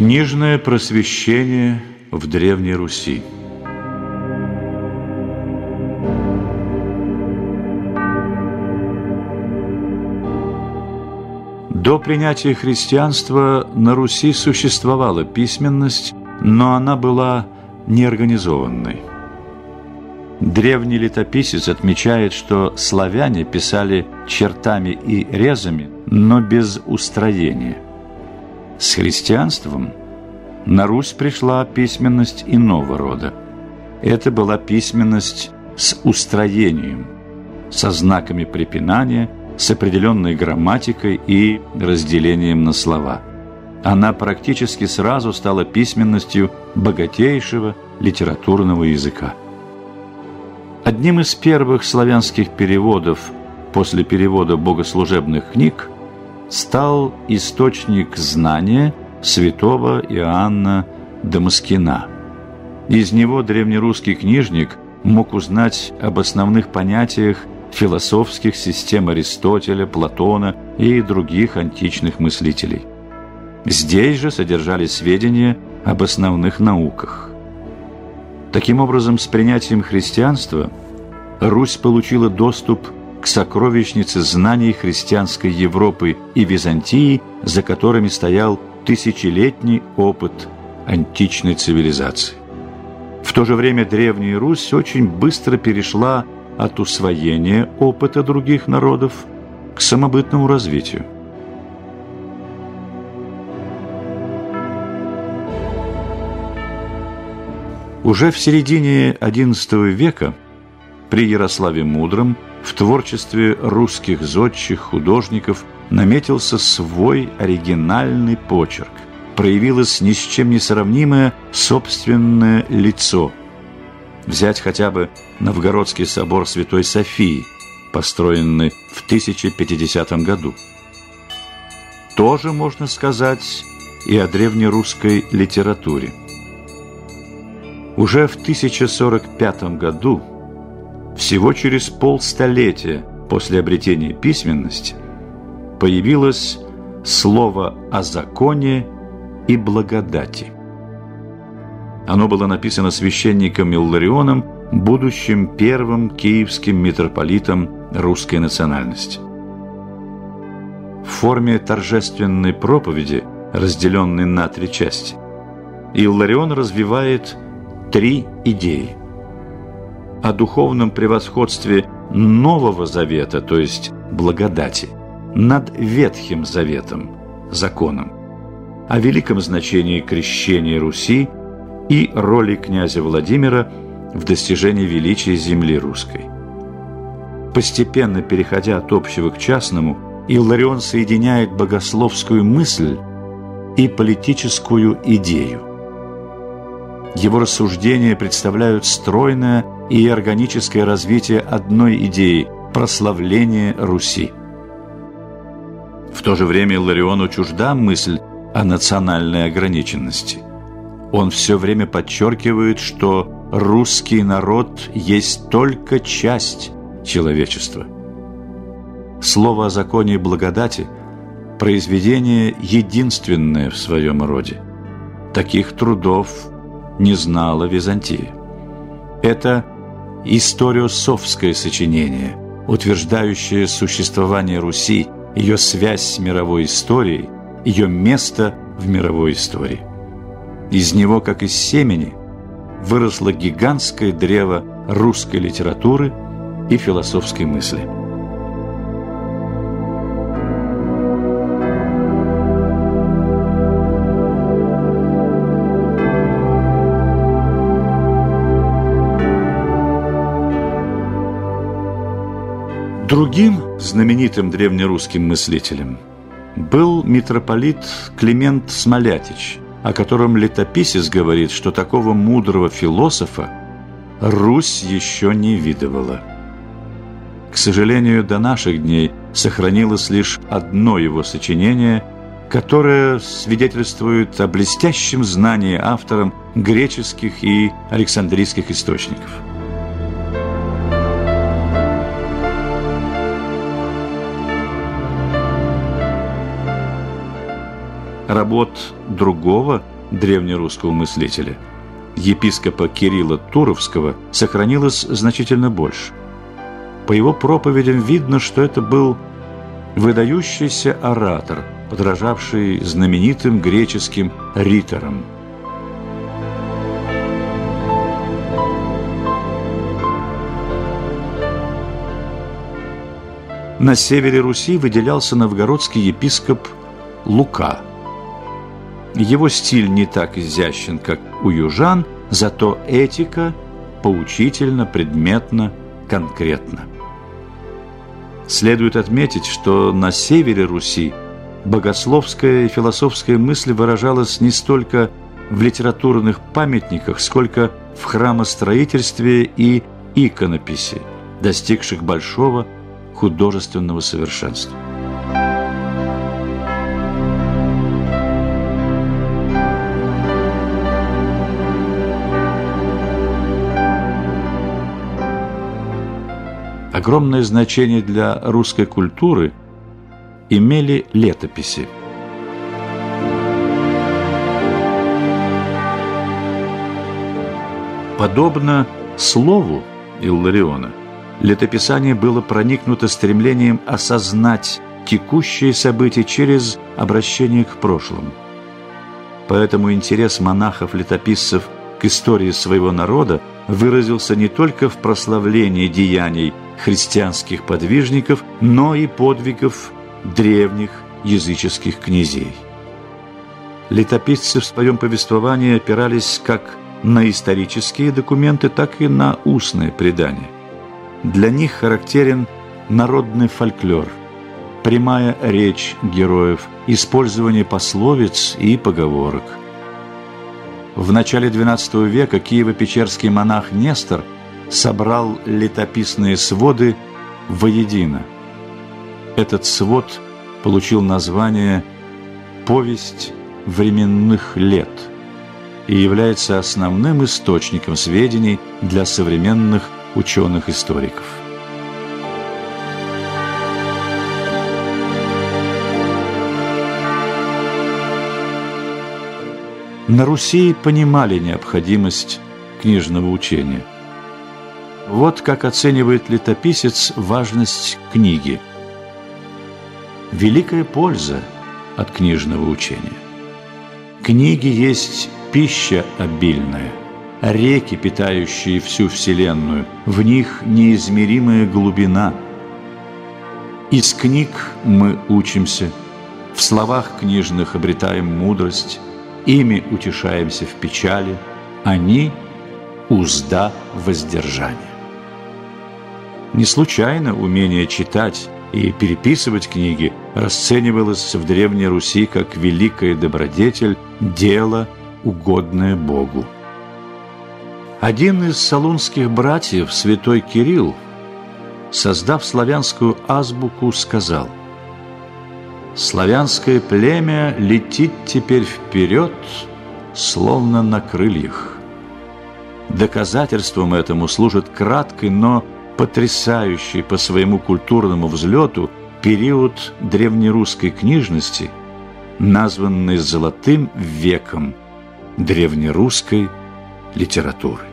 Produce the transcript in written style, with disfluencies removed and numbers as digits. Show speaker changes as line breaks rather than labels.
Книжное просвещение в Древней Руси. До принятия христианства на Руси существовала письменность, но она была неорганизованной. Древний летописец отмечает, что славяне писали чертами и резами, но без устроения. С христианством на Русь пришла письменность иного рода. Это была письменность с устроением, со знаками препинания, с определенной грамматикой и разделением на слова. Она практически сразу стала письменностью богатейшего литературного языка. Одним из первых славянских переводов после перевода богослужебных книг стал источник знания святого Иоанна Дамаскина. Из него древнерусский книжник мог узнать об основных понятиях философских систем Аристотеля, Платона и других античных мыслителей. Здесь же содержались сведения об основных науках. Таким образом, с принятием христианства Русь получила доступ к сокровищнице знаний христианской Европы и Византии, за которыми стоял тысячелетний опыт античной цивилизации. В то же время Древняя Русь очень быстро перешла от усвоения опыта других народов к самобытному развитию. Уже в середине XI века при Ярославе Мудром в творчестве русских зодчих художников наметился свой оригинальный почерк, проявилось ни с чем не сравнимое собственное лицо. Взять хотя бы Новгородский собор Святой Софии, построенный в 1050 году. Тоже можно сказать и о древнерусской литературе. Уже в 1045 году, всего через полстолетия после обретения письменности, появилось слово о законе и благодати. Оно было написано священником Илларионом, будущим первым киевским митрополитом русской национальности. В форме торжественной проповеди, разделенной на 3 части, Илларион развивает 3 идеи: о духовном превосходстве Нового Завета, то есть благодати, над Ветхим Заветом, законом, о великом значении крещения Руси и роли князя Владимира в достижении величия земли русской. Постепенно переходя от общего к частному, Илларион соединяет богословскую мысль и политическую идею. Его рассуждения представляют стройное и органическое развитие одной идеи – прославления Руси. В то же время Иллариону чужда мысль о национальной ограниченности. Он все время подчеркивает, что русский народ есть только часть человечества. Слово о законе и благодати – произведение единственное в своем роде. Таких трудов не знала Византия. Это историософское сочинение, утверждающее существование Руси, ее связь с мировой историей, ее место в мировой истории. Из него, как из семени, выросло гигантское древо русской литературы и философской мысли. Другим знаменитым древнерусским мыслителем был митрополит Климент Смолятич, о котором летописец говорит, что такого мудрого философа Русь еще не видывала. К сожалению, до наших дней сохранилось лишь одно его сочинение, которое свидетельствует о блестящем знании автором греческих и александрийских источников. Работ другого древнерусского мыслителя, епископа Кирилла Туровского, сохранилось значительно больше. По его проповедям видно, что это был выдающийся оратор, подражавший знаменитым греческим риторам. На севере Руси выделялся новгородский епископ Лука. Его стиль не так изящен, как у южан, зато этика поучительно, предметно, конкретно. Следует отметить, что на севере Руси богословская и философская мысль выражалась не столько в литературных памятниках, сколько в храмостроительстве и иконописи, достигших большого художественного совершенства. Огромное значение для русской культуры имели летописи. Подобно слову Иллариона, летописание было проникнуто стремлением осознать текущие события через обращение к прошлому. Поэтому интерес монахов-летописцев к истории своего народа выразился не только в прославлении деяний христианских подвижников, но и подвигов древних языческих князей. Летописцы в своем повествовании опирались как на исторические документы, так и на устные предания. Для них характерен народный фольклор, прямая речь героев, использование пословиц и поговорок. В начале XII века киево-печерский монах Нестор собрал летописные своды воедино. Этот свод получил название «Повесть временных лет» и является основным источником сведений для современных ученых-историков. На Руси понимали необходимость книжного учения. Вот как оценивает летописец важность книги. Великая польза от книжного учения. Книги есть пища обильная, реки, питающие всю вселенную, в них неизмеримая глубина. Из книг мы учимся, в словах книжных обретаем мудрость, ими утешаемся в печали, они – узда воздержания. Не случайно умение читать и переписывать книги расценивалось в Древней Руси как великая добродетель, дело, угодное Богу. Один из салунских братьев, святой Кирилл, создав славянскую азбуку, сказал: «Славянское племя летит теперь вперед, словно на крыльях». Доказательством этому служит краткий, но потрясающий по своему культурному взлету период древнерусской книжности, названный «Золотым веком» древнерусской литературы.